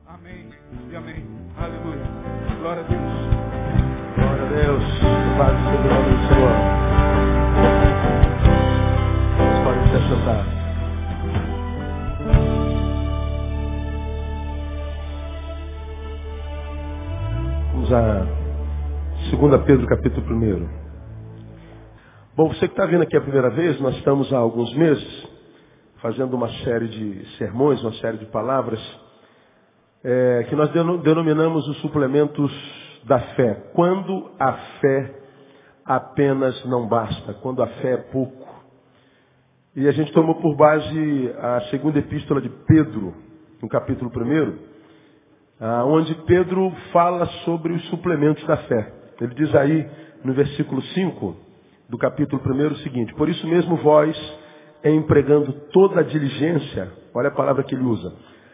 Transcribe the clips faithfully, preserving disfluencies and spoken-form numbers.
Amém e amém. Aleluia. Glória a Deus. Glória a Deus. Paz do nome do Senhor. Vocês podem se assentar. Vamos a dois Pedro, capítulo um. Bom, você que está vindo aqui a primeira vez, nós estamos há alguns meses fazendo uma série de sermões, uma série de palavras, é, que nós denominamos os suplementos da fé. Quando a fé apenas não basta, quando a fé é pouco. E a gente tomou por base a segunda epístola de Pedro, no capítulo um, onde Pedro fala sobre os suplementos da fé. Ele diz aí no versículo cinco do capítulo um o seguinte: por isso mesmo vós, empregando toda a diligência, olha a palavra que ele usa,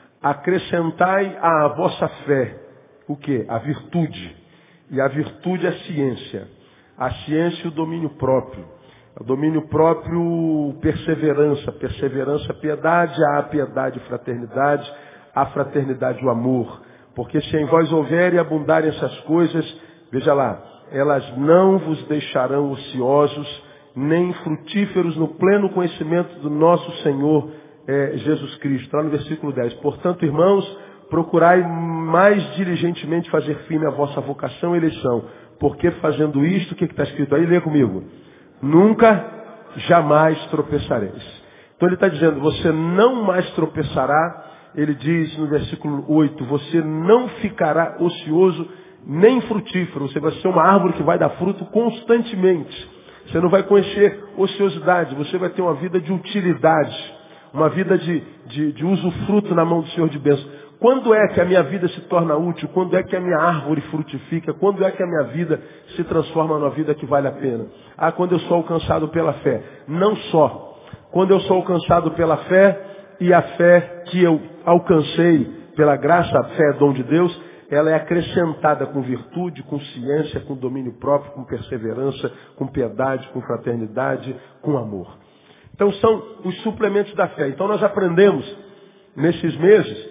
acrescentai à vossa fé o quê? A virtude. E a virtude é a ciência. A ciência, o domínio próprio. O domínio próprio, perseverança. Perseverança, piedade. A piedade, fraternidade. A fraternidade, o amor. Porque se em vós houver e abundarem essas coisas, veja lá, elas não vos deixarão ociosos, nem frutíferos no pleno conhecimento do nosso Senhor é, Jesus Cristo. Lá no versículo dez. Portanto, irmãos, procurai mais diligentemente fazer firme a vossa vocação e eleição. Porque fazendo isto, o que está escrito aí? Lê comigo. Nunca, jamais tropeçareis. Então ele está dizendo, você não mais tropeçará. Ele diz no versículo oito, você não ficará ocioso nem frutífero. Você vai ser uma árvore que vai dar fruto constantemente. Você não vai conhecer ociosidade. Você vai ter uma vida de utilidade. Uma vida de, de, de usufruto na mão do Senhor de bênção. Quando é que a minha vida se torna útil? Quando é que a minha árvore frutifica? Quando é que a minha vida se transforma numa vida que vale a pena? Ah, quando eu sou alcançado pela fé. Não só. Quando eu sou alcançado pela fé, e a fé que eu alcancei pela graça, a fé é dom de Deus, ela é acrescentada com virtude, com ciência, com domínio próprio, com perseverança, com piedade, com fraternidade, com amor. Então são os suplementos da fé. Então nós aprendemos nesses meses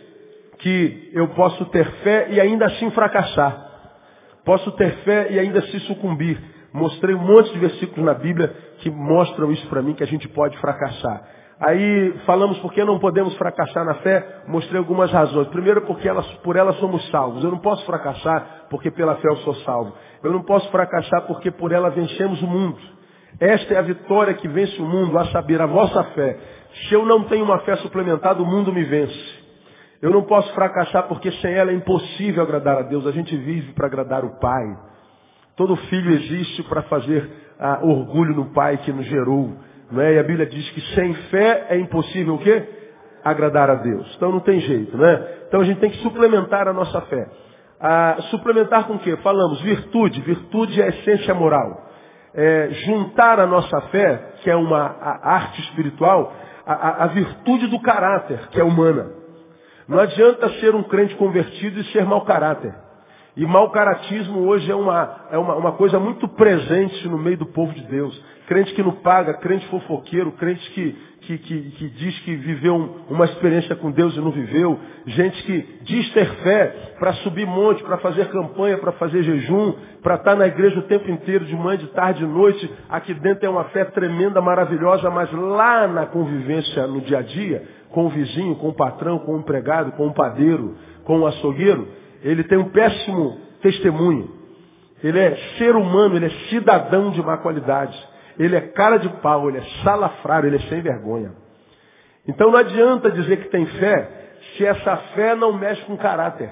que eu posso ter fé e ainda assim fracassar. Posso ter fé e ainda se sucumbir. Mostrei um monte de versículos na Bíblia que mostram isso para mim, que a gente pode fracassar. Aí falamos por que não podemos fracassar na fé, mostrei algumas razões. Primeiro porque elas, por ela somos salvos. Eu não posso fracassar porque pela fé eu sou salvo. Eu não posso fracassar porque por ela vencemos o mundo. Esta é a vitória que vence o mundo, a saber, a vossa fé. Se eu não tenho uma fé suplementada, o mundo me vence. Eu não posso fracassar porque sem ela é impossível agradar a Deus. A gente vive para agradar o Pai. Todo filho existe para fazer ah, orgulho no Pai que nos gerou. Não é? E a Bíblia diz que sem fé é impossível o quê? Agradar a Deus. Então não tem jeito, né? Então a gente tem que suplementar a nossa fé. Ah, suplementar com o quê? Falamos virtude. Virtude é a essência moral. É, juntar a nossa fé, que é uma a arte espiritual, a, a, a virtude do caráter, que é humana. Não adianta ser um crente convertido e ser mau caráter. E mau caratismo hoje é, uma, é uma, uma coisa muito presente no meio do povo de Deus. Crente que não paga, crente fofoqueiro, crente que, que, que, que diz que viveu um, uma experiência com Deus e não viveu. Gente que diz ter fé para subir monte, para fazer campanha, para fazer jejum, para estar na igreja o tempo inteiro, de manhã, de tarde, de noite. Aqui dentro é uma fé tremenda, maravilhosa, mas lá na convivência, no dia a dia, com o vizinho, com o patrão, com o empregado, com o padeiro, com o açougueiro, ele tem um péssimo testemunho. Ele é ser humano, ele é cidadão de má qualidade. Ele é cara de pau, ele é salafrário, ele é sem vergonha. Então não adianta dizer que tem fé, se essa fé não mexe com caráter.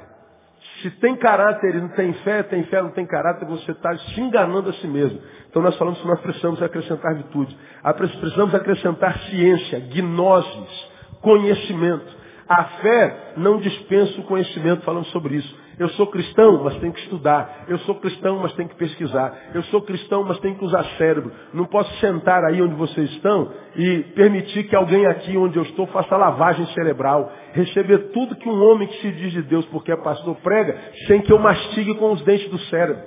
Se tem caráter e não tem fé, tem fé e não tem caráter, você está se enganando a si mesmo. Então nós falamos que nós precisamos acrescentar virtude. Precisamos acrescentar ciência, gnoses, conhecimento. A fé não dispensa o conhecimento, falando sobre isso. Eu sou cristão, mas tenho que estudar. Eu sou cristão, mas tenho que pesquisar. Eu sou cristão, mas tenho que usar cérebro. Não posso sentar aí onde vocês estão e permitir que alguém aqui onde eu estou faça lavagem cerebral. Receber tudo que um homem que se diz de Deus, porque é pastor, prega, sem que eu mastigue com os dentes do cérebro.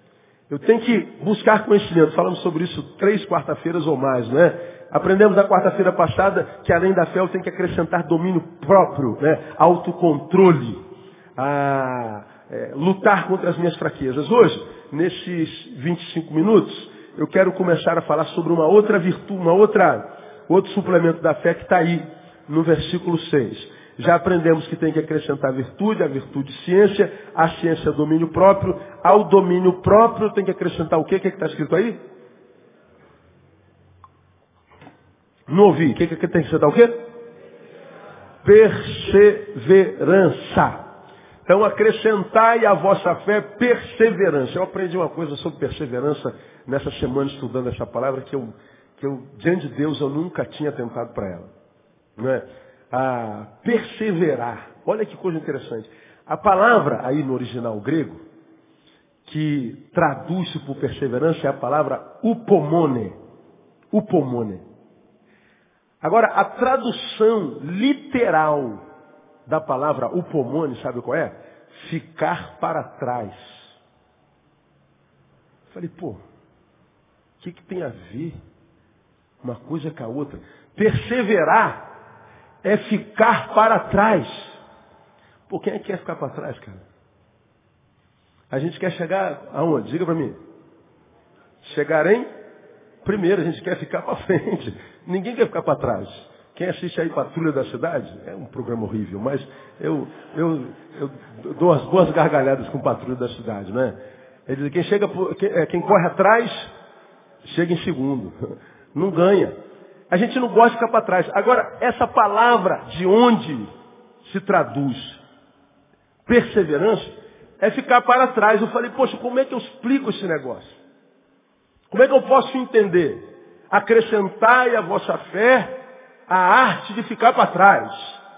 Eu tenho que buscar conhecimento. Falamos sobre isso três quarta-feiras ou mais, né? Aprendemos na quarta-feira passada que além da fé eu tenho que acrescentar domínio próprio, né? Autocontrole. a é, lutar contra as minhas fraquezas. Hoje, nesses vinte e cinco minutos, eu quero começar a falar sobre uma outra virtude, uma outra, outro suplemento da fé que está aí no versículo seis. Já aprendemos que tem que acrescentar virtude, a virtude ciência, a ciência domínio próprio, ao domínio próprio tem que acrescentar o quê? O que está escrito aí? Não ouvi. O que, que tem que acrescentar o quê? Perseverança. Então acrescentai à vossa fé perseverança. Eu aprendi uma coisa sobre perseverança nessa semana estudando essa palavra que eu, que eu diante de Deus, eu nunca tinha tentado para ela. Não é? A perseverar. Olha que coisa interessante. A palavra aí no original grego, que traduz-se por perseverança, é a palavra upomone. Upomone. Agora, a tradução literal da palavra upomone, sabe qual é? Ficar para trás. Falei, pô, o que, que tem a ver uma coisa com a outra? Perseverar é ficar para trás. Pô, quem é que quer ficar para trás, cara? A gente quer chegar aonde? Diga para mim. Chegar em primeiro, a gente quer ficar para frente. Ninguém quer ficar para trás. Quem assiste aí Patrulha da Cidade, é um programa horrível, mas eu, eu, eu dou as boas gargalhadas com Patrulha da Cidade, né? Ele diz, quem, chega, quem, quem corre atrás, chega em segundo. Não ganha. A gente não gosta de ficar para trás. Agora, essa palavra de onde se traduz perseverança é ficar para trás. Eu falei, poxa, como é que eu explico esse negócio? Como é que eu posso entender? Acrescentai à vossa fé a arte de ficar para trás.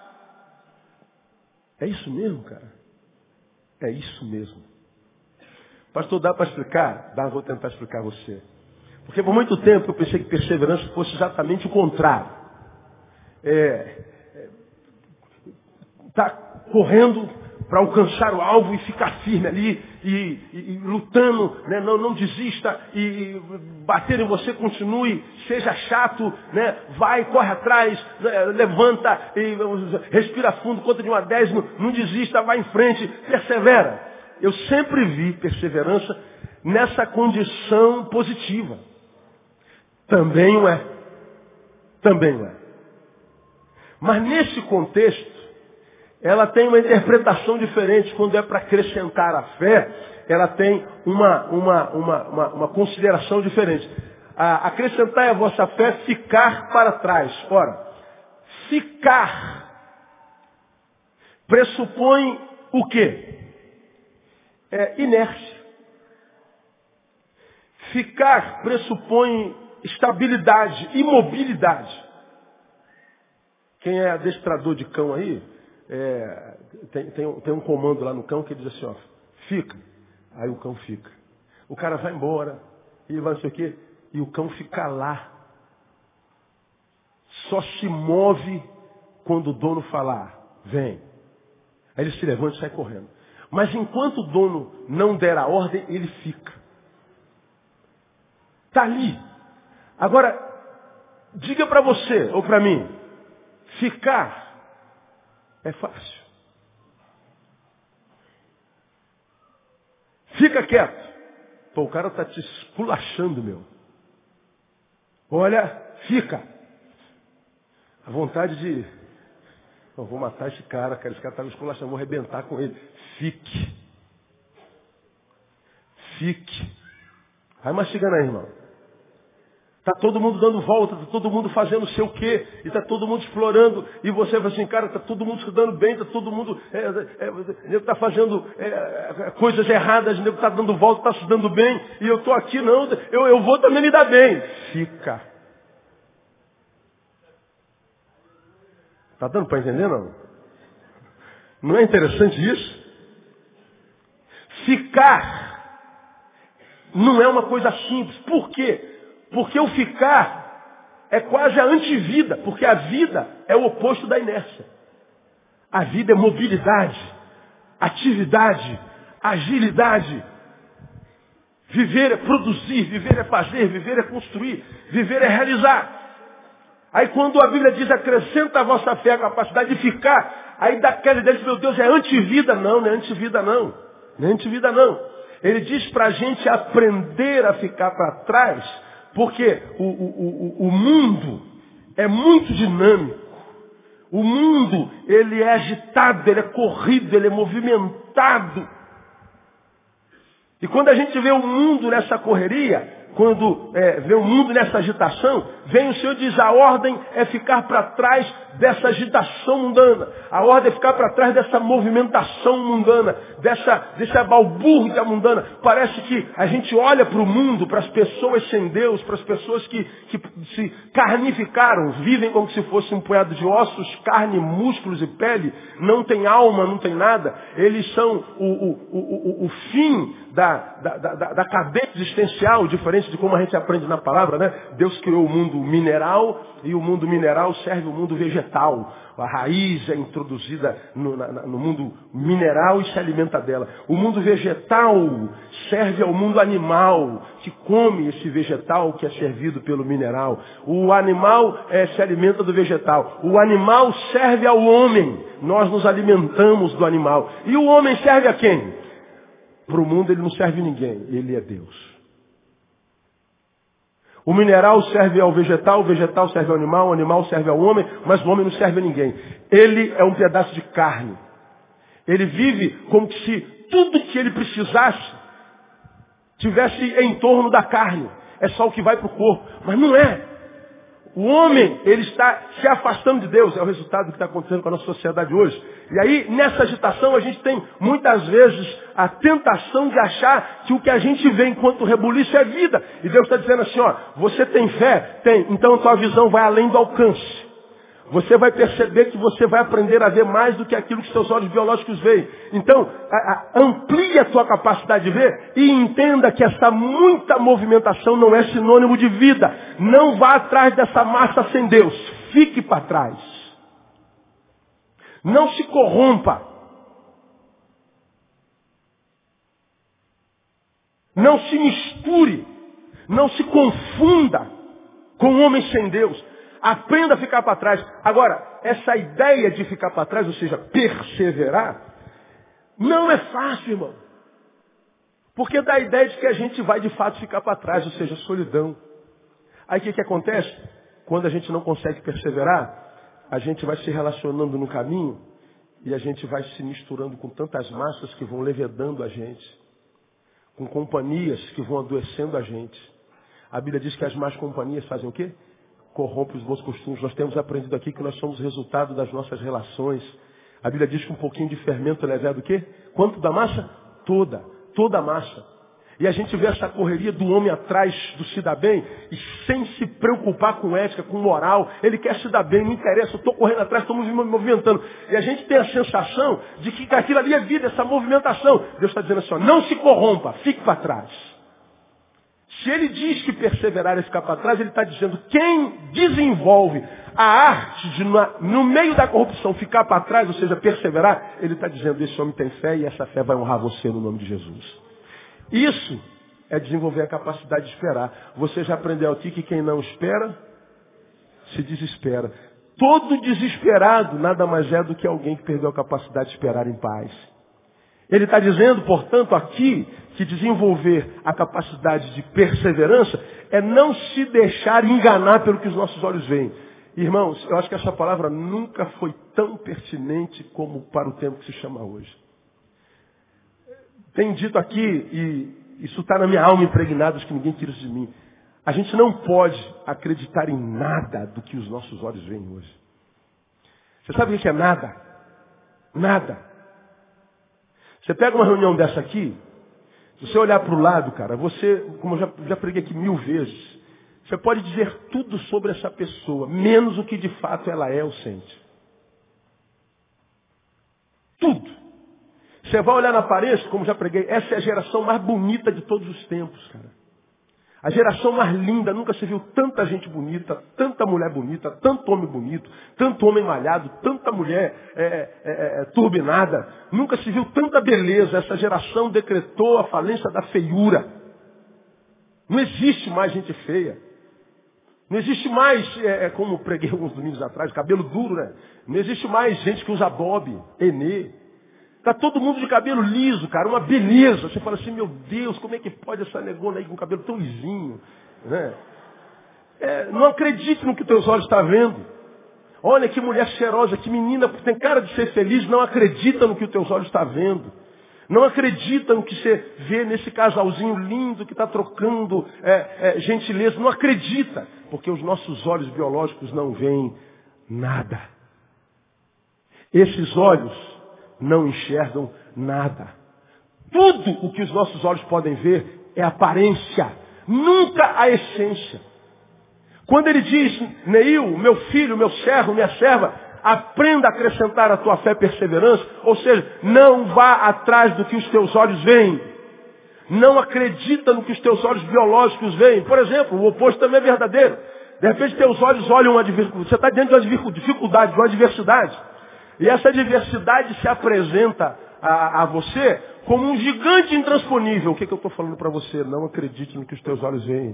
É isso mesmo, cara? É isso mesmo. Pastor, dá para explicar? Dá, vou tentar explicar a você. Porque por muito tempo eu pensei que perseverança fosse exatamente o contrário. É, é, tá correndo para alcançar o alvo e ficar firme ali e, e, e lutando, né? não, não desista e, e bater em você, continue, seja chato, né? Vai, corre atrás, né? Levanta e respira fundo, conta de um a dez, não, não desista, vai em frente, persevera. Eu sempre vi perseverança nessa condição positiva. Também o é. Também o é. Mas nesse contexto, ela tem uma interpretação diferente. Quando é para acrescentar a fé, ela tem uma, uma, uma, uma, uma consideração diferente. A, acrescentar a vossa fé, ficar para trás. Ora, ficar pressupõe o quê? É inércia. Ficar pressupõe estabilidade, imobilidade. Quem é adestrador de cão aí, é, tem, tem, tem um comando lá no cão que diz assim, ó, fica. Aí o cão fica. O cara vai embora, e vai não sei o quê, e o cão fica lá. Só se move quando o dono falar, vem. Aí ele se levanta e sai correndo. Mas enquanto o dono não der a ordem, ele fica. Está ali. Agora, diga para você ou para mim, ficar é fácil. Fica quieto. Pô, o cara está te esculachando, meu. Olha, fica. A vontade de... Eu vou matar esse cara, cara. Esse cara está me esculachando, vou arrebentar com ele. Fique. Fique. Vai mastigando aí, irmão. Está todo mundo dando volta, está todo mundo fazendo sei o quê, e está todo mundo explorando, e você fala assim, cara, está todo mundo se dando bem, está todo mundo é, é, está fazendo é, coisas erradas, o está dando volta, está se dando bem, e eu estou aqui, não, eu, eu vou também me dar bem. Fica. Está dando para entender, não? Não é interessante isso? Ficar não é uma coisa simples. Por quê? Porque o ficar é quase a antivida, porque a vida é o oposto da inércia. A vida é mobilidade, atividade, agilidade. Viver é produzir, viver é fazer, viver é construir, viver é realizar. Aí quando a Bíblia diz acrescenta a vossa fé a capacidade de ficar, Aí dá aquela ideia de, meu Deus, é antivida? Não, não é antivida não. Não é antivida não. Ele diz para a gente aprender a ficar para trás, porque o, o, o, o mundo é muito dinâmico. O mundo, ele é agitado, ele é corrido, ele é movimentado. E quando a gente vê o mundo nessa correria, quando é, vê o mundo nessa agitação, vem o Senhor e diz, a ordem é ficar para trás dessa agitação mundana. A ordem é ficar para trás dessa movimentação mundana, dessa, dessa balbúrdia mundana. Parece que a gente olha para o mundo, para as pessoas sem Deus, para as pessoas que, que se carnificaram, vivem como se fosse um punhado de ossos, carne, músculos e pele, não tem alma, não tem nada. Eles são o, o, o, o, o fim da, da, da, da cadeia existencial, diferente de como a gente aprende na palavra, né? Deus criou o mundo mineral e o mundo mineral serve o mundo vegetal. A raiz é introduzida no, na, no mundo mineral e se alimenta dela. O mundo vegetal serve ao mundo animal, que come esse vegetal que é servido pelo mineral. O animal é, se alimenta do vegetal. O animal serve ao homem. Nós nos alimentamos do animal. E o homem serve a quem? Para o mundo ele não serve ninguém. Ele é Deus. O mineral serve ao vegetal, o vegetal serve ao animal, o animal serve ao homem, mas o homem não serve a ninguém. Ele é um pedaço de carne. Ele vive como se tudo que ele precisasse tivesse em torno da carne. É só o que vai para o corpo. Mas não é. O homem, ele está se afastando de Deus. É o resultado do que está acontecendo com a nossa sociedade hoje. E aí, nessa agitação, a gente tem muitas vezes a tentação de achar que o que a gente vê enquanto rebuliço é vida. E Deus está dizendo assim, ó, você tem fé? Tem. Então a tua visão vai além do alcance. Você vai perceber que você vai aprender a ver mais do que aquilo que seus olhos biológicos veem. Então, a, a, amplie a tua capacidade de ver e entenda que essa muita movimentação não é sinônimo de vida. Não vá atrás dessa massa sem Deus. Fique para trás. Não se corrompa. Não se misture. Não se confunda com o homem sem Deus. Aprenda a ficar para trás. Agora, essa ideia de ficar para trás, ou seja, perseverar, não é fácil, irmão. Porque dá a ideia de que a gente vai de fato ficar para trás, ou seja, solidão. Aí o que, que acontece? Quando a gente não consegue perseverar, a gente vai se relacionando no caminho e a gente vai se misturando com tantas massas que vão levedando a gente, com companhias que vão adoecendo a gente. A Bíblia diz que as más companhias fazem o quê? Corrompe os bons costumes. Nós temos aprendido aqui que nós somos resultado das nossas relações. A Bíblia diz que um pouquinho de fermento levado o quê? Quanto da massa? Toda. Toda a massa. E a gente vê essa correria do homem atrás do se dar bem e sem se preocupar com ética, com moral. Ele quer se dar bem, não interessa, eu estou correndo atrás, estou me movimentando. E a gente tem a sensação de que aquilo ali é vida, essa movimentação. Deus está dizendo assim, ó, não se corrompa, fique para trás. Se ele diz que perseverar é ficar para trás, ele está dizendo quem desenvolve a arte de, no meio da corrupção, ficar para trás, ou seja, perseverar, ele está dizendo, esse homem tem fé e essa fé vai honrar você no nome de Jesus. Isso é desenvolver a capacidade de esperar. Você já aprendeu aqui que quem não espera, se desespera. Todo desesperado nada mais é do que alguém que perdeu a capacidade de esperar em paz. Ele está dizendo, portanto, aqui, que desenvolver a capacidade de perseverança é não se deixar enganar pelo que os nossos olhos veem. Irmãos, eu acho que essa palavra nunca foi tão pertinente como para o tempo que se chama hoje. Tenho dito aqui, e isso está na minha alma impregnado, acho que ninguém tira isso de mim. A gente não pode acreditar em nada do que os nossos olhos veem hoje. Você sabe o que é nada? Nada. Você pega uma reunião dessa aqui, se você olhar para o lado, cara, você, como eu já, já preguei aqui mil vezes, você pode dizer tudo sobre essa pessoa, menos o que de fato ela é ou sente. Tudo. Você vai olhar na aparência, como já preguei, essa é a geração mais bonita de todos os tempos, cara. A geração mais linda, nunca se viu tanta gente bonita, tanta mulher bonita, tanto homem bonito, tanto homem malhado, tanta mulher é, é, é, turbinada. Nunca se viu tanta beleza. Essa geração decretou a falência da feiura. Não existe mais gente feia. Não existe mais, é, é como preguei alguns domingos atrás, cabelo duro, né? Não existe mais gente que usa bob, enê. Tá todo mundo de cabelo liso, cara, uma beleza. Você fala assim, meu Deus, como é que pode essa negona aí com cabelo tão lisinho, né? É, não acredite no que teus olhos estão vendo. Olha que mulher cheirosa, que menina, tem cara de ser feliz, não acredita no que os teus olhos estão vendo. Não acredita no que você vê nesse casalzinho lindo que está trocando é, é, gentileza. Não acredita, porque os nossos olhos biológicos não veem nada. Esses olhos não enxergam nada. Tudo o que os nossos olhos podem ver é aparência, nunca a essência. Quando ele diz, Neil, meu filho, meu servo, minha serva, aprenda a acrescentar a tua fé perseverança, ou seja, não vá atrás do que os teus olhos veem. Não acredita no que os teus olhos biológicos veem. Por exemplo, o oposto também é verdadeiro. De repente teus olhos olham uma dificuldade, você está diante de uma dificuldade, de uma adversidade. E essa adversidade se apresenta a, a você como um gigante intransponível. O que, que eu estou falando para você? Não acredite no que os teus olhos veem.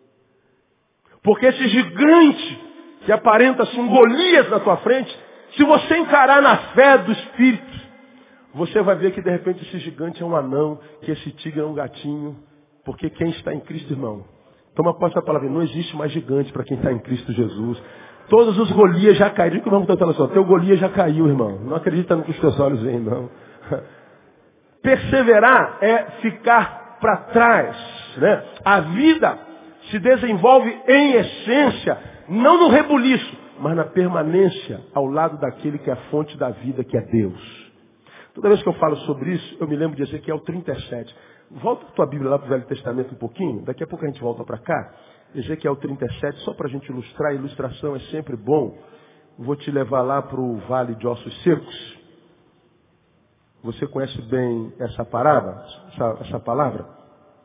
Porque esse gigante que aparenta-se um Golias na tua frente, se você encarar na fé do Espírito, você vai ver que de repente esse gigante é um anão, que esse tigre é um gatinho. Porque quem está em Cristo, irmão, toma posse da palavra, não existe mais gigante para quem está em Cristo Jesus. Todos os Golias já caíram. O que vamos estar falando só? Teu Golias já caiu, irmão. Não acredita no que os teus olhos veem, não. Perseverar é ficar para trás, né? A vida se desenvolve em essência, não no rebuliço, mas na permanência ao lado daquele que é a fonte da vida, que é Deus. Toda vez que eu falo sobre isso, eu me lembro de Ezequiel trinta e sete. Volta a tua Bíblia lá para o Velho Testamento um pouquinho, daqui a pouco a gente volta para cá. Ezequiel trinta e sete, só para a gente ilustrar, a ilustração é sempre bom. Vou te levar lá para o Vale de Ossos Secos. Você conhece bem essa parábola, essa, essa palavra?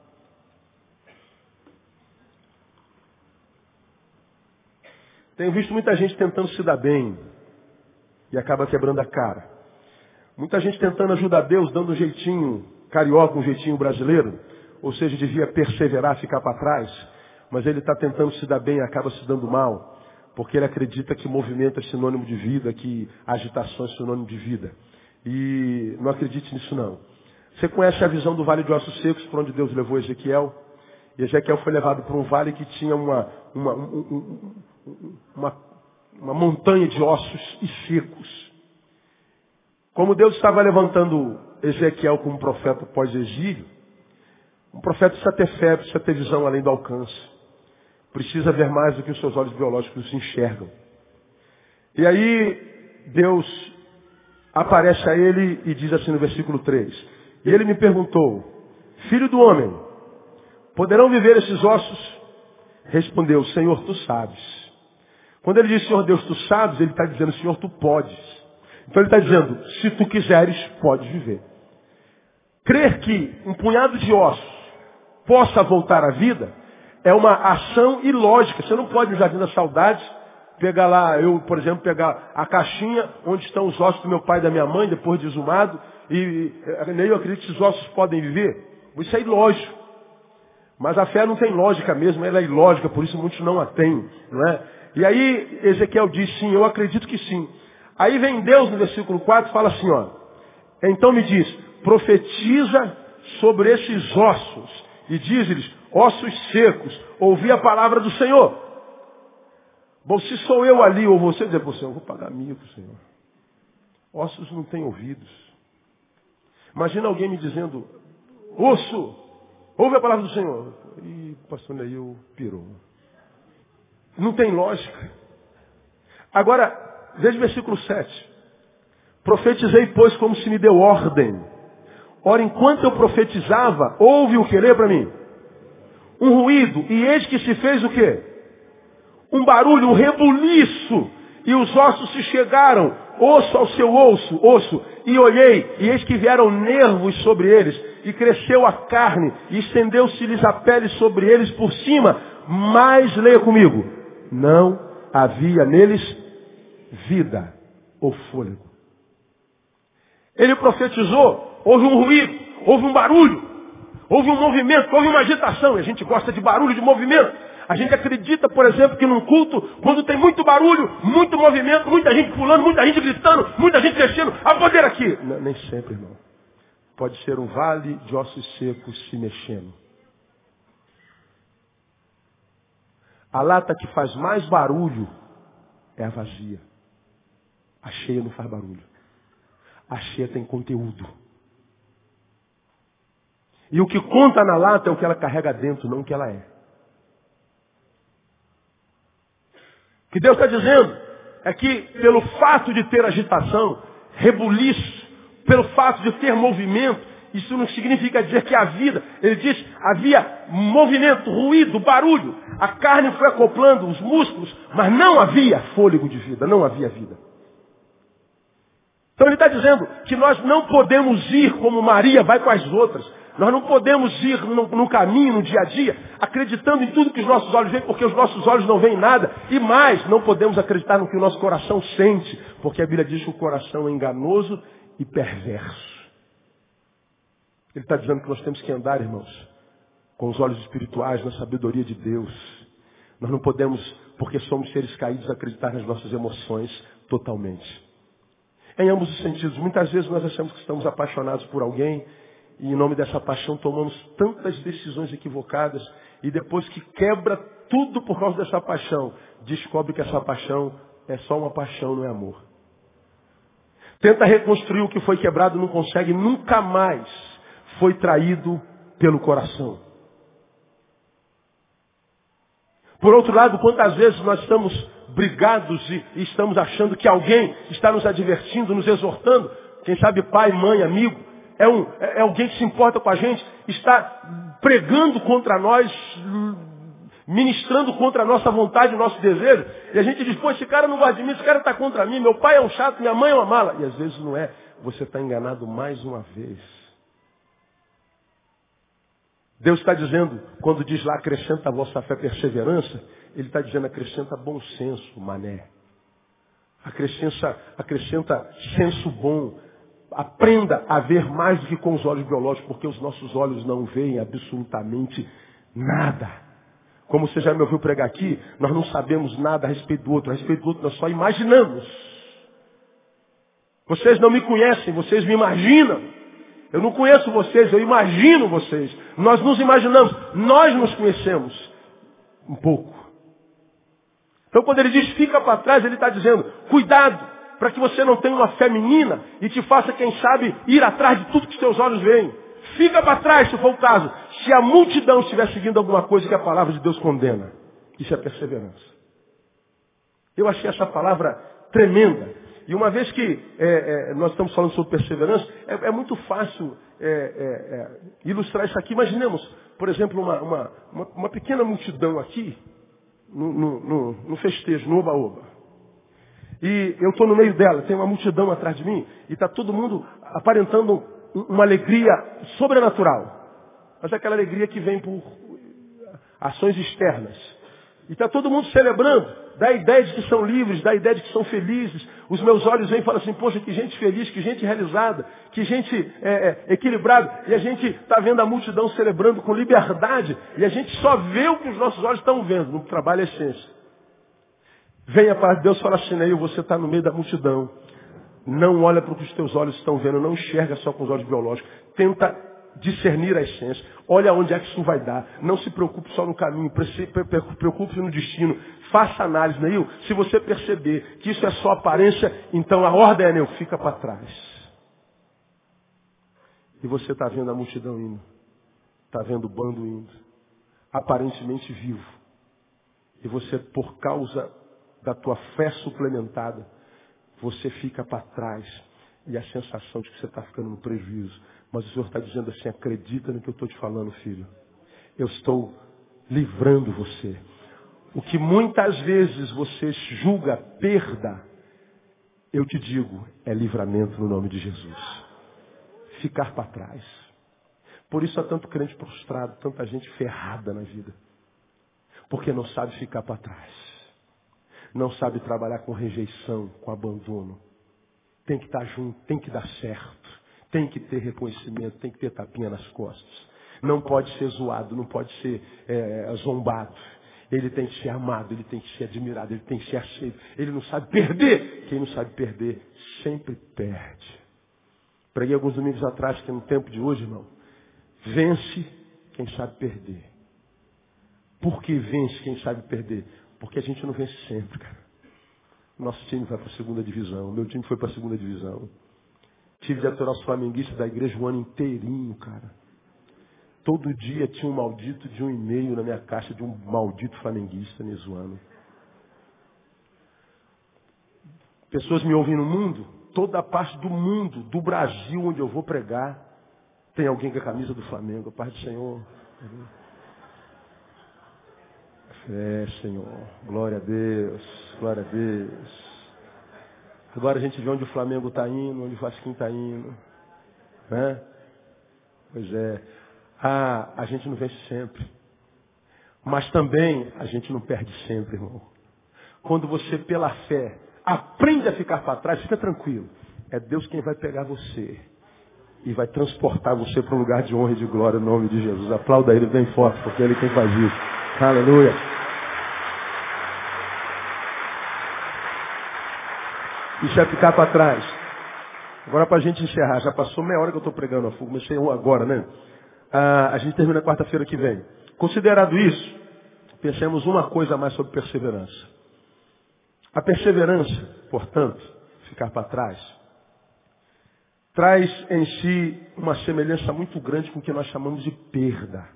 Tenho visto muita gente tentando se dar bem e acaba quebrando a cara. Muita gente tentando ajudar Deus, dando um jeitinho carioca, um jeitinho brasileiro, ou seja, devia perseverar, ficar para trás, mas ele está tentando se dar bem e acaba se dando mal, porque ele acredita que movimento é sinônimo de vida, que agitação é sinônimo de vida. E não acredite nisso não. Você conhece a visão do Vale de Ossos Secos, por onde Deus levou Ezequiel? E Ezequiel foi levado para um vale que tinha uma, uma, um, um, uma, uma montanha de ossos e secos. Como Deus estava levantando Ezequiel como profeta pós-exílio, um profeta precisa ter fé, precisa ter visão além do alcance. Precisa ver mais do que os seus olhos biológicos enxergam. E aí Deus aparece a ele e diz assim no versículo três. E ele me perguntou, filho do homem, poderão viver esses ossos? Respondeu, Senhor, tu sabes. Quando ele diz, Senhor Deus, tu sabes, ele está dizendo, Senhor, tu podes. Então ele está dizendo, se tu quiseres, podes viver. Crer que um punhado de ossos possa voltar à vida é uma ação ilógica. Você não pode no Jardim da Saudade pegar lá, eu, por exemplo, pegar a caixinha onde estão os ossos do meu pai e da minha mãe, depois de exumado, e nem eu acredito que esses ossos podem viver. Isso é ilógico. Mas a fé não tem lógica mesmo, ela é ilógica, por isso muitos não a têm, não é? E aí Ezequiel diz, sim, eu acredito que sim. Aí vem Deus no versículo quatro e fala assim, ó. Então me diz, profetiza sobre esses ossos e diz-lhes, ossos secos, ouvi a palavra do Senhor. Bom, se sou eu ali ou você, dizer para o Senhor, eu vou pagar mico, Senhor. Ossos não têm ouvidos. Imagina alguém me dizendo, osso, ouve a palavra do Senhor. Ih, pastor Neil pirou. Não tem lógica. Agora, veja o versículo sete. Profetizei, pois, como se me deu ordem. Ora, enquanto eu profetizava, houve o que? Lê para mim. Um ruído. E eis que se fez o quê? Um barulho, um rebuliço. E os ossos se chegaram, osso ao seu osso, osso. E olhei, e eis que vieram nervos sobre eles. E cresceu a carne, e estendeu-se-lhes a pele sobre eles por cima. Mas, leia comigo, não havia neles vida ou fôlego. Ele profetizou, houve um ruído, houve um barulho, houve um movimento, houve uma agitação. E a gente gosta de barulho, de movimento. A gente acredita, por exemplo, que num culto, quando tem muito barulho, muito movimento, muita gente pulando, muita gente gritando, muita gente mexendo, há poder aqui. Não, nem sempre, irmão. Pode ser um vale de ossos secos se mexendo. A lata que faz mais barulho é a vazia. A cheia não faz barulho. A cheia tem conteúdo. E o que conta na lata é o que ela carrega dentro, não o que ela é. O que Deus está dizendo é que pelo fato de ter agitação, rebuliço, pelo fato de ter movimento, isso não significa dizer que há vida. Ele diz, havia movimento, ruído, barulho. A carne foi acoplando, os músculos, mas não havia fôlego de vida, não havia vida. Então ele está dizendo que nós não podemos ir como Maria vai com as outras. Nós não podemos ir no, no caminho, no dia a dia, acreditando em tudo que os nossos olhos veem, porque os nossos olhos não veem nada. E mais, não podemos acreditar no que o nosso coração sente, porque a Bíblia diz que o coração é enganoso e perverso. Ele está dizendo que nós temos que andar, irmãos, com os olhos espirituais, na sabedoria de Deus. Nós não podemos, porque somos seres caídos, acreditar nas nossas emoções totalmente. Em ambos os sentidos. Muitas vezes nós achamos que estamos apaixonados por alguém e em nome dessa paixão tomamos tantas decisões equivocadas e depois que quebra tudo por causa dessa paixão, descobre que essa paixão é só uma paixão, não é amor. Tenta reconstruir o que foi quebrado, não consegue, nunca mais foi traído pelo coração. Por outro lado, quantas vezes nós estamos brigados e, e estamos achando que alguém está nos advertindo, nos exortando, quem sabe pai, mãe, amigo, é, um, é, é alguém que se importa com a gente, está pregando contra nós, ministrando contra a nossa vontade, o nosso desejo, e a gente diz, pô, esse cara não gosta de mim, esse cara está contra mim, meu pai é um chato, minha mãe é uma mala. E às vezes não é, você está enganado mais uma vez. Deus está dizendo, quando diz lá, acrescenta a vossa fé perseverança, Ele está dizendo, acrescenta bom senso, mané. Acrescenta, acrescenta senso bom. Aprenda a ver mais do que com os olhos biológicos, porque os nossos olhos não veem absolutamente nada. Como você já me ouviu pregar aqui, nós não sabemos nada a respeito do outro. A respeito do outro nós só imaginamos. Vocês não me conhecem, vocês me imaginam. Eu não conheço vocês, eu imagino vocês. Nós nos imaginamos, nós nos conhecemos um pouco. Então quando ele diz fica para trás, ele está dizendo, cuidado, para que você não tenha uma fé menina e te faça, quem sabe, ir atrás de tudo que seus olhos veem. Fica para trás, se for o caso. Se a multidão estiver seguindo alguma coisa que a palavra de Deus condena. Isso é perseverança. Eu achei essa palavra tremenda. E uma vez que é, é, nós estamos falando sobre perseverança, é, é muito fácil é, é, é, ilustrar isso aqui. Imaginemos, por exemplo, uma, uma, uma, uma pequena multidão aqui, no, no, no, no festejo, no oba-oba. E eu estou no meio dela, tem uma multidão atrás de mim, e está todo mundo aparentando uma alegria sobrenatural. Mas é aquela alegria que vem por ações externas. E está todo mundo celebrando, dá a ideia de que são livres, dá a ideia de que são felizes. Os meus olhos vêm e falam assim, poxa, que gente feliz, que gente realizada, que gente é, é, equilibrada. E a gente está vendo a multidão celebrando com liberdade, e a gente só vê o que os nossos olhos estão vendo, no trabalho é essência. Vem a paz de Deus e fala assim, Neil, você está no meio da multidão. Não olha para o que os teus olhos estão vendo, não enxerga só com os olhos biológicos. Tenta discernir a essência. Olha onde é que isso vai dar. Não se preocupe só no caminho, preocupe-se no destino. Faça análise, Neil. Se você perceber que isso é só aparência, então a ordem é, Neil, fica para trás. E você está vendo a multidão indo. Está vendo o bando indo. Aparentemente vivo. E você, por causa da tua fé suplementada, você fica para trás. E a sensação de que você está ficando no prejuízo. Mas o Senhor está dizendo assim, acredita no que eu estou te falando, filho. Eu estou livrando você. O que muitas vezes você julga perda, eu te digo, é livramento no nome de Jesus. Ficar para trás. Por isso há tanto crente prostrado, tanta gente ferrada na vida. Porque não sabe ficar para trás. Não sabe trabalhar com rejeição, com abandono. Tem que estar junto, tem que dar certo. Tem que ter reconhecimento, tem que ter tapinha nas costas. Não pode ser zoado, não pode ser é, zombado. Ele tem que ser amado, ele tem que ser admirado, ele tem que ser aceito. Ele não sabe perder. Quem não sabe perder, sempre perde. Preguei alguns domingos atrás que no tempo de hoje, irmão, vence quem sabe perder. Por que vence quem sabe perder? Porque a gente não vence sempre, cara. Nosso time vai para a segunda divisão, meu time foi para a segunda divisão. Tive de aturar os flamenguistas da igreja o ano inteirinho, cara. Todo dia tinha um maldito de um e-mail na minha caixa de um maldito flamenguista me zoando. Pessoas me ouvem no mundo, toda a parte do mundo, do Brasil onde eu vou pregar, tem alguém com a camisa do Flamengo. Pai do Senhor. É, Senhor. Glória a Deus. Glória a Deus. Agora a gente vê onde o Flamengo está indo, onde o Vasquinho está indo. Né? Pois é. Ah, a gente não vence sempre. Mas também a gente não perde sempre, irmão. Quando você, pela fé, aprende a ficar para trás, fica tranquilo. É Deus quem vai pegar você e vai transportar você para um lugar de honra e de glória no nome de Jesus. Aplauda ele bem forte, porque é ele quem faz isso. Aleluia. Isso é ficar para trás. Agora para a gente encerrar, já passou meia hora que eu estou pregando a fuga, comecei agora, né? Ah, a gente termina quarta-feira que vem. Considerado isso, pensemos uma coisa a mais sobre perseverança. A perseverança, portanto, ficar para trás, traz em si uma semelhança muito grande com o que nós chamamos de perda.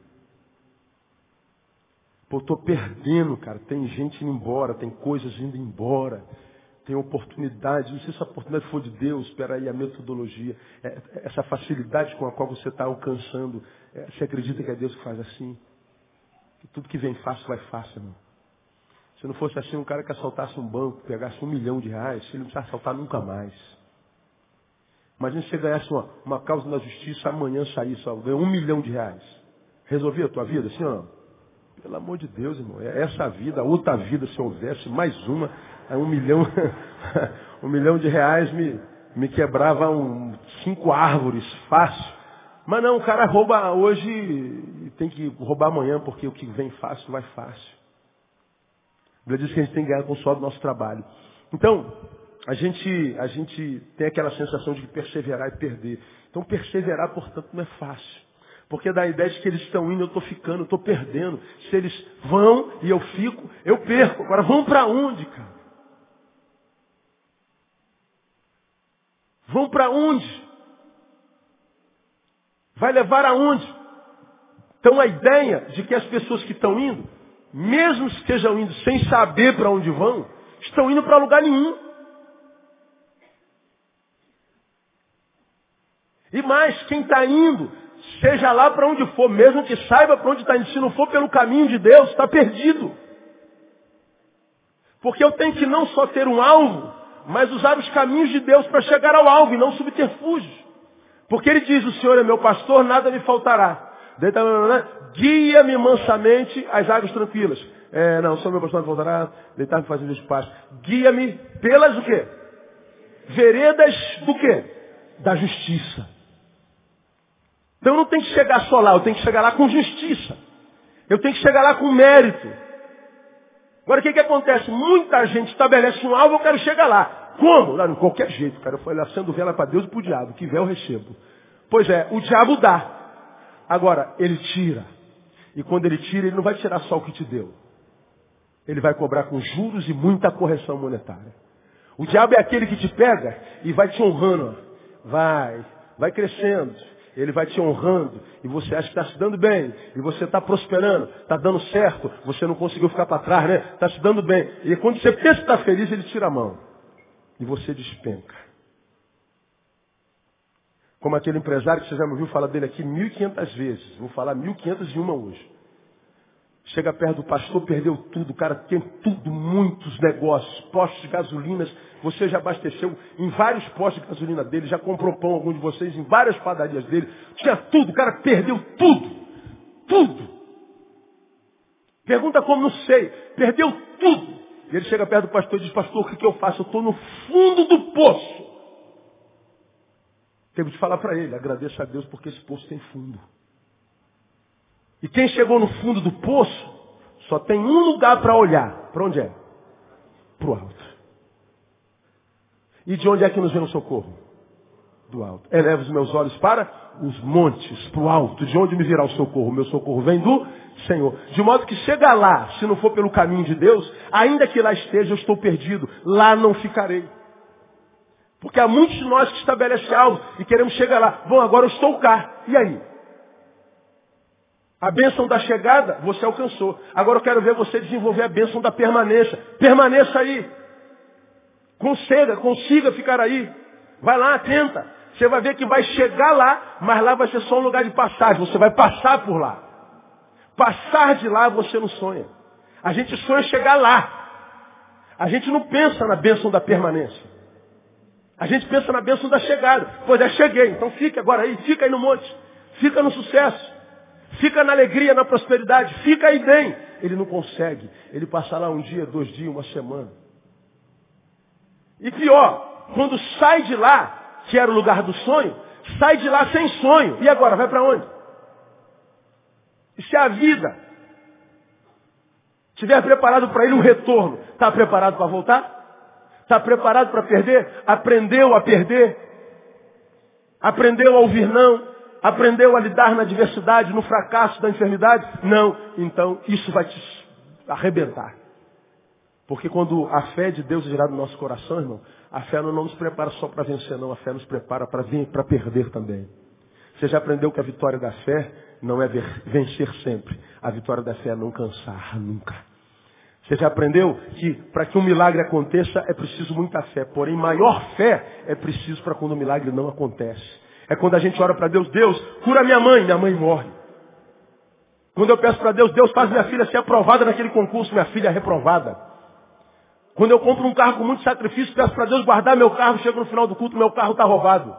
Pô, estou perdendo, cara. Tem gente indo embora, tem coisas indo embora, tem oportunidade. Não sei se a oportunidade for de Deus, espera aí a metodologia, essa facilidade com a qual você está alcançando. Você acredita que é Deus que faz assim? Que tudo que vem fácil vai fácil, irmão. Se não fosse assim, um cara que assaltasse um banco, pegasse um milhão de reais, ele não precisa assaltar nunca mais. Imagina se você ganhasse uma, uma causa na justiça, amanhã saísse, só ganhou um milhão de reais. Resolvia a tua vida, assim ou não? Pelo amor de Deus, irmão. É essa vida, outra vida, se houvesse mais uma, aí um milhão, um milhão de reais me, me quebrava um, cinco árvores, fácil. Mas não, o cara rouba hoje e tem que roubar amanhã, porque o que vem fácil vai fácil. A Bíblia diz que a gente tem que ganhar com o suor do nosso trabalho. Então, a gente, a gente tem aquela sensação de perseverar e perder. Então, perseverar, portanto, não é fácil. Porque dá a ideia de que eles estão indo, eu estou ficando, eu estou perdendo. Se eles vão e eu fico, eu perco. Agora, vão para onde, cara? Vão para onde? Vai levar aonde? Então, a ideia de que as pessoas que estão indo, mesmo que estejam indo sem saber para onde vão, estão indo para lugar nenhum. E mais, quem está indo, seja lá para onde for, mesmo que saiba para onde está indo, se não for pelo caminho de Deus, está perdido. Porque eu tenho que não só ter um alvo, mas usar os caminhos de Deus para chegar ao alvo e não subterfúgios. Porque ele diz, o Senhor é meu pastor, nada me faltará. Guia-me mansamente às águas tranquilas. É, não, o Senhor é meu pastor, não me faltará. Deitar-me fazendo espaço. Guia-me pelas o quê? Veredas do quê? Da justiça. Então eu não tenho que chegar só lá, eu tenho que chegar lá com justiça. Eu tenho que chegar lá com mérito. Agora o que, que acontece? Muita gente estabelece um alvo, eu quero chegar lá. Como? Não, de qualquer jeito, cara. Eu falei, acendo vela para Deus e para o diabo. Que vier eu recebo. Pois é, o diabo dá. Agora, ele tira. E quando ele tira, ele não vai tirar só o que te deu. Ele vai cobrar com juros e muita correção monetária. O diabo é aquele que te pega e vai te honrando. Vai, vai crescendo. Ele vai te honrando. E você acha que está se dando bem. E você está prosperando. Está dando certo. Você não conseguiu ficar para trás, né? Está se dando bem. E quando você pensa que está feliz, ele tira a mão. E você despenca. Como aquele empresário que você já me ouviu falar dele aqui mil e quinhentas vezes. Vou falar mil e quinhentas e uma hoje. Chega perto do pastor, perdeu tudo. O cara tem tudo, muitos negócios. Postos de gasolinas. Você já abasteceu em vários postos de gasolina dele. Já comprou pão, algum de vocês, em várias padarias dele. Tinha tudo. O cara perdeu tudo. Tudo. Pergunta como, não sei. Perdeu tudo. E ele chega perto do pastor e diz, pastor, o que, que eu faço? Eu estou no fundo do poço. Teve de falar para ele, agradeça a Deus porque esse poço tem fundo. E quem chegou no fundo do poço, Só tem um lugar para olhar. Para onde é? Para o alto. E de onde é que nos vem o socorro? Do alto. Elevo os meus olhos para os montes, para o alto. De onde me virá o socorro? O meu socorro vem do Senhor. De modo que chega lá, se não for pelo caminho de Deus, ainda que lá esteja, eu estou perdido. Lá não ficarei. Porque há muitos de nós que estabelecem algo e queremos chegar lá. Bom, agora eu estou cá. E aí? A bênção da chegada, você alcançou. Agora eu quero ver você desenvolver a bênção da permanência. Permaneça aí. Consiga, consiga ficar aí. Vai lá, tenta. Você vai ver que vai chegar lá, mas lá vai ser só um lugar de passagem. Você vai passar por lá. Passar de lá você não sonha. A gente sonha chegar lá. A gente não pensa na bênção da permanência. A gente pensa na bênção da chegada. Pois é, cheguei. Então fica agora aí. Fica aí no monte. Fica no sucesso. Fica na alegria, na prosperidade. Fica aí bem. Ele não consegue. Ele passa lá um dia, dois dias, uma semana. E pior, quando sai de lá, que era o lugar do sonho, sai de lá sem sonho. E agora, vai para onde? E se a vida estiver preparado para ele um retorno, está preparado para voltar? Está preparado para perder? Aprendeu a perder? Aprendeu a ouvir não? Aprendeu a lidar na adversidade, no fracasso da enfermidade? Não. Então, isso vai te arrebentar. Porque quando a fé de Deus é gerada no nosso coração, irmão, a fé não nos prepara só para vencer, não. A fé nos prepara para para perder também. Você já aprendeu que a vitória da fé não é vencer sempre. A vitória da fé é não cansar nunca. Você já aprendeu que para que um milagre aconteça é preciso muita fé. Porém, maior fé é preciso para quando o milagre não acontece. É quando a gente ora para Deus, Deus, cura minha mãe, minha mãe morre. Quando eu peço para Deus, Deus faz minha filha ser aprovada naquele concurso, minha filha é reprovada. Quando eu compro um carro com muito sacrifício, peço para Deus guardar meu carro, chego no final do culto, meu carro está roubado.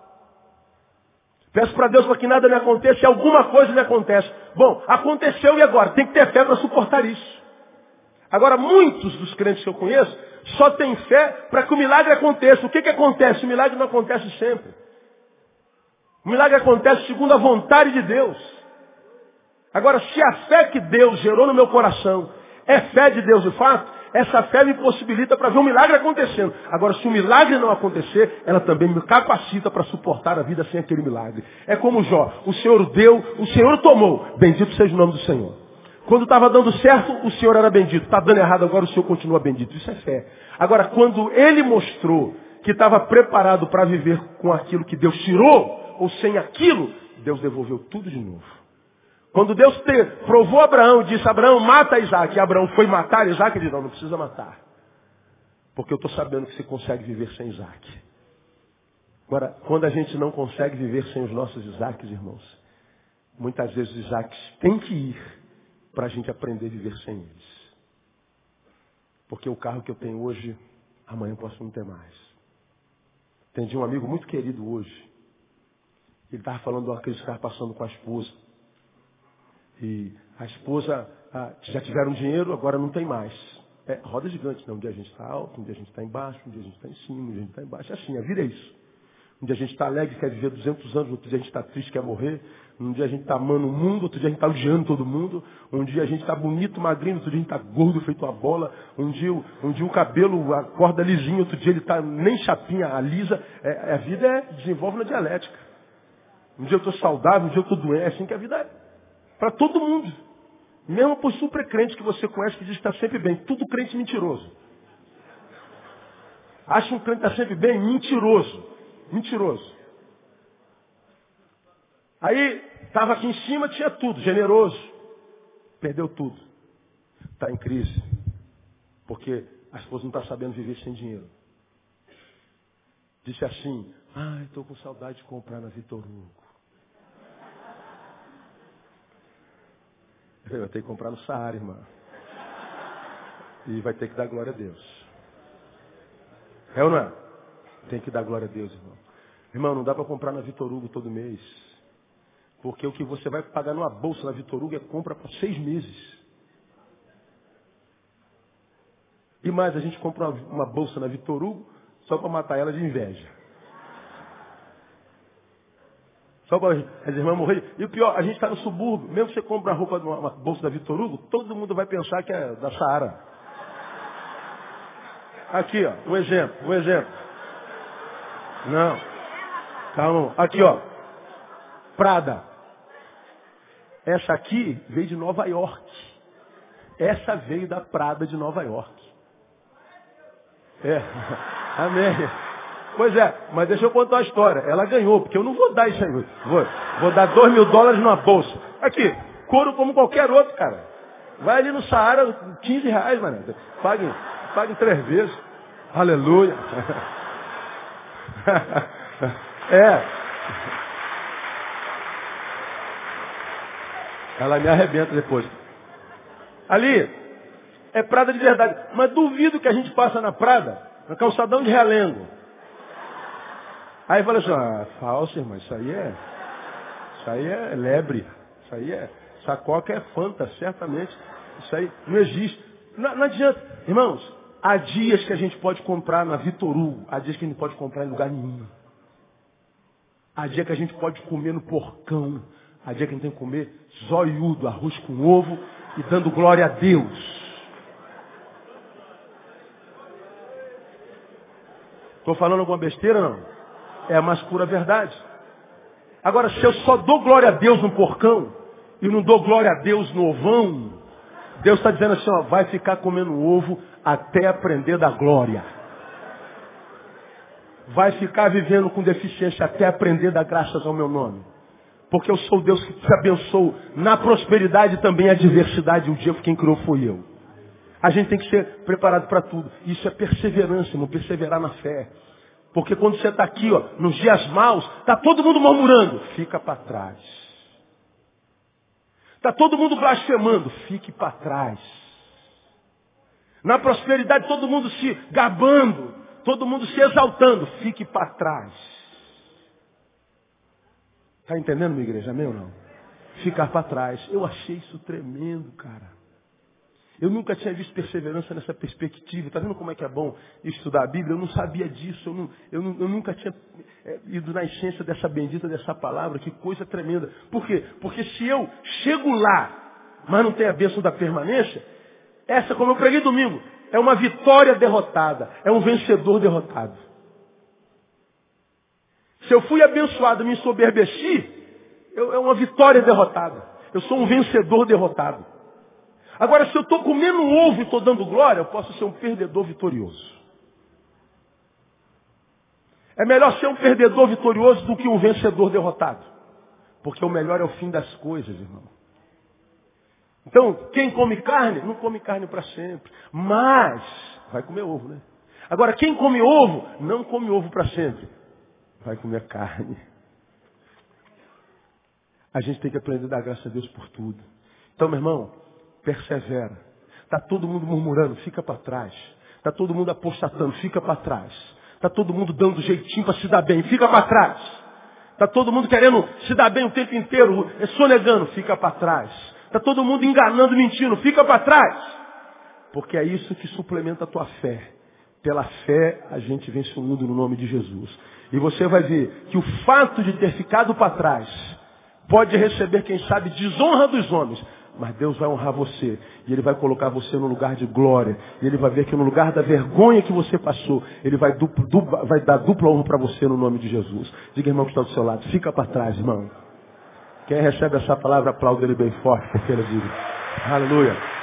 Peço para Deus para que nada me aconteça e alguma coisa me acontece. Bom, aconteceu e agora? Tem que ter fé para suportar isso. Agora, muitos dos crentes que eu conheço só têm fé para que o milagre aconteça. O que, que acontece? O milagre não acontece sempre. O milagre acontece segundo a vontade de Deus. Agora, se a fé que Deus gerou no meu coração é fé de Deus de fato, essa fé me possibilita para ver um milagre acontecendo. Agora, se o milagre não acontecer, ela também me capacita para suportar a vida sem aquele milagre. É como Jó. O Senhor deu, o Senhor tomou. Bendito seja o nome do Senhor. Quando estava dando certo, o Senhor era bendito. Está dando errado agora, o Senhor continua bendito. Isso é fé. Agora, quando Ele mostrou que estava preparado para viver com aquilo que Deus tirou, ou sem aquilo, Deus devolveu tudo de novo. Quando Deus te, provou Abraão, disse, Abraão, mata Isaac. E Abraão foi matar Isaac, ele disse, não, não precisa matar. Porque eu estou sabendo que você consegue viver sem Isaac. Agora, quando a gente não consegue viver sem os nossos Isaques, irmãos, muitas vezes os Isaques têm que ir para a gente aprender a viver sem eles. Porque o carro que eu tenho hoje, amanhã eu posso não ter mais. Atendi um amigo muito querido hoje. Ele estava falando daqueles carros passando com a esposa. E a esposa ah, já tiveram dinheiro, agora não tem mais. É roda gigante, né? Um dia a gente está alto, um dia a gente está embaixo, um dia a gente está em cima, um dia a gente está embaixo. É assim, a vida é isso. Um dia a gente está alegre, quer viver duzentos anos, outro dia a gente está triste, quer morrer. Um dia a gente está amando o mundo, outro dia a gente está odiando todo mundo. Um dia a gente está bonito, magrinho, outro dia a gente está gordo, feito uma bola. Um dia, um dia o cabelo acorda lisinho, outro dia ele está nem chapinha, alisa. É, a vida é, desenvolve na dialética. Um dia eu estou saudável, um dia eu estou doente. É assim que a vida é. Para todo mundo. Mesmo por super crente que você conhece que diz que está sempre bem. Tudo crente mentiroso. Acha um crente que está sempre bem? Mentiroso. Mentiroso. Aí, estava aqui em cima, tinha tudo. Generoso. Perdeu tudo. Está em crise. Porque a esposa não está sabendo viver sem dinheiro. Disse assim, ah, estou com saudade de comprar na Vitor Hugo. Vai ter que comprar no Saara, irmã. E vai ter que dar glória a Deus. É ou não é? Tem que dar glória a Deus, irmão. Irmão, não dá para comprar na Vitor Hugo todo mês. Porque o que você vai pagar numa bolsa na Vitor Hugo é compra para seis meses. E mais, a gente compra uma, uma bolsa na Vitor Hugo só para matar ela de inveja. Só para as irmãs morrerem. E o pior, a gente está no subúrbio. Mesmo que você compre uma roupa, uma, uma bolsa da Vitor Hugo, todo mundo vai pensar que é da Saara. Aqui, ó, um exemplo, um exemplo. Não. Calma. Aqui, ó. Prada. Essa aqui veio de Nova York. Essa veio da Prada de Nova York. É. Amém. Pois é, mas deixa eu contar uma história. Ela ganhou, porque eu não vou dar isso aí. Vou, vou dar dois mil dólares numa bolsa. Aqui, couro como qualquer outro, cara. Vai ali no Saara, quinze reais, mano. Pague, pague três vezes. Aleluia. É. Ela me arrebenta depois. Ali, é Prada de verdade. Mas duvido que a gente passa na Prada, no calçadão de Realengo. Aí fala assim, ah, falso, irmão, isso aí é, isso aí é lebre, isso aí é, essa coca é Fanta, certamente, isso aí não existe. Não, não adianta. Irmãos, há dias que a gente pode comprar na Vitor Hugo, há dias que a gente pode comprar em lugar nenhum. Há dia que a gente pode comer no porcão, há dia que a gente tem que comer zoiudo, arroz com ovo e dando glória a Deus. Estou falando alguma besteira, não? É a mais pura verdade. Agora, se eu só dou glória a Deus no porcão e não dou glória a Deus no ovão, Deus está dizendo assim, ó, vai ficar comendo ovo até aprender da glória. Vai ficar vivendo com deficiência até aprender da graças ao meu nome. Porque eu sou o Deus que te abençoo na prosperidade e também a adversidade. O dia quem criou foi eu. A gente tem que ser preparado para tudo. Isso é perseverança, irmão, perseverar na fé. Porque quando você está aqui, ó, nos dias maus, está todo mundo murmurando. Fica para trás. Está todo mundo blasfemando. Fique para trás. Na prosperidade, todo mundo se gabando. Todo mundo se exaltando. Fique para trás. Está entendendo, minha igreja? Amém ou não? Ficar para trás. Eu achei isso tremendo, cara. Eu nunca tinha visto perseverança nessa perspectiva. Está vendo como é que é bom estudar a Bíblia? Eu não sabia disso. Eu, não, eu, não, eu nunca tinha é, ido na essência dessa bendita, dessa palavra. Que coisa tremenda. Por quê? Porque se eu chego lá, mas não tenho a bênção da permanência, essa, como eu preguei domingo, é uma vitória derrotada. É um vencedor derrotado. Se eu fui abençoado e me ensoberbeci, eu, é uma vitória derrotada. Eu sou um vencedor derrotado. Agora, se eu estou comendo ovo e estou dando glória, eu posso ser um perdedor vitorioso. É melhor ser um perdedor vitorioso do que um vencedor derrotado. Porque o melhor é o fim das coisas, irmão. Então, quem come carne, não come carne para sempre. Mas, vai comer ovo, né? Agora, quem come ovo, não come ovo para sempre. Vai comer carne. A gente tem que aprender a dar graças a Deus por tudo. Então, meu irmão, persevera. Está todo mundo murmurando, fica para trás. Está todo mundo apostatando, fica para trás. Está todo mundo dando jeitinho para se dar bem, fica para trás. Está todo mundo querendo se dar bem o tempo inteiro, sonegando, fica para trás. Está todo mundo enganando, mentindo, fica para trás. Porque é isso que suplementa a tua fé. Pela fé a gente vence o mundo no nome de Jesus. E você vai ver que o fato de ter ficado para trás pode receber, quem sabe, desonra dos homens. Mas Deus vai honrar você. E Ele vai colocar você no lugar de glória. E Ele vai ver que no lugar da vergonha que você passou, Ele vai, duplo, duplo, vai dar dupla honra para você no nome de Jesus. Diga, irmão, que está do seu lado. Fica para trás, irmão. Quem recebe essa palavra, aplauda Ele bem forte, porque Ele diz. Aleluia.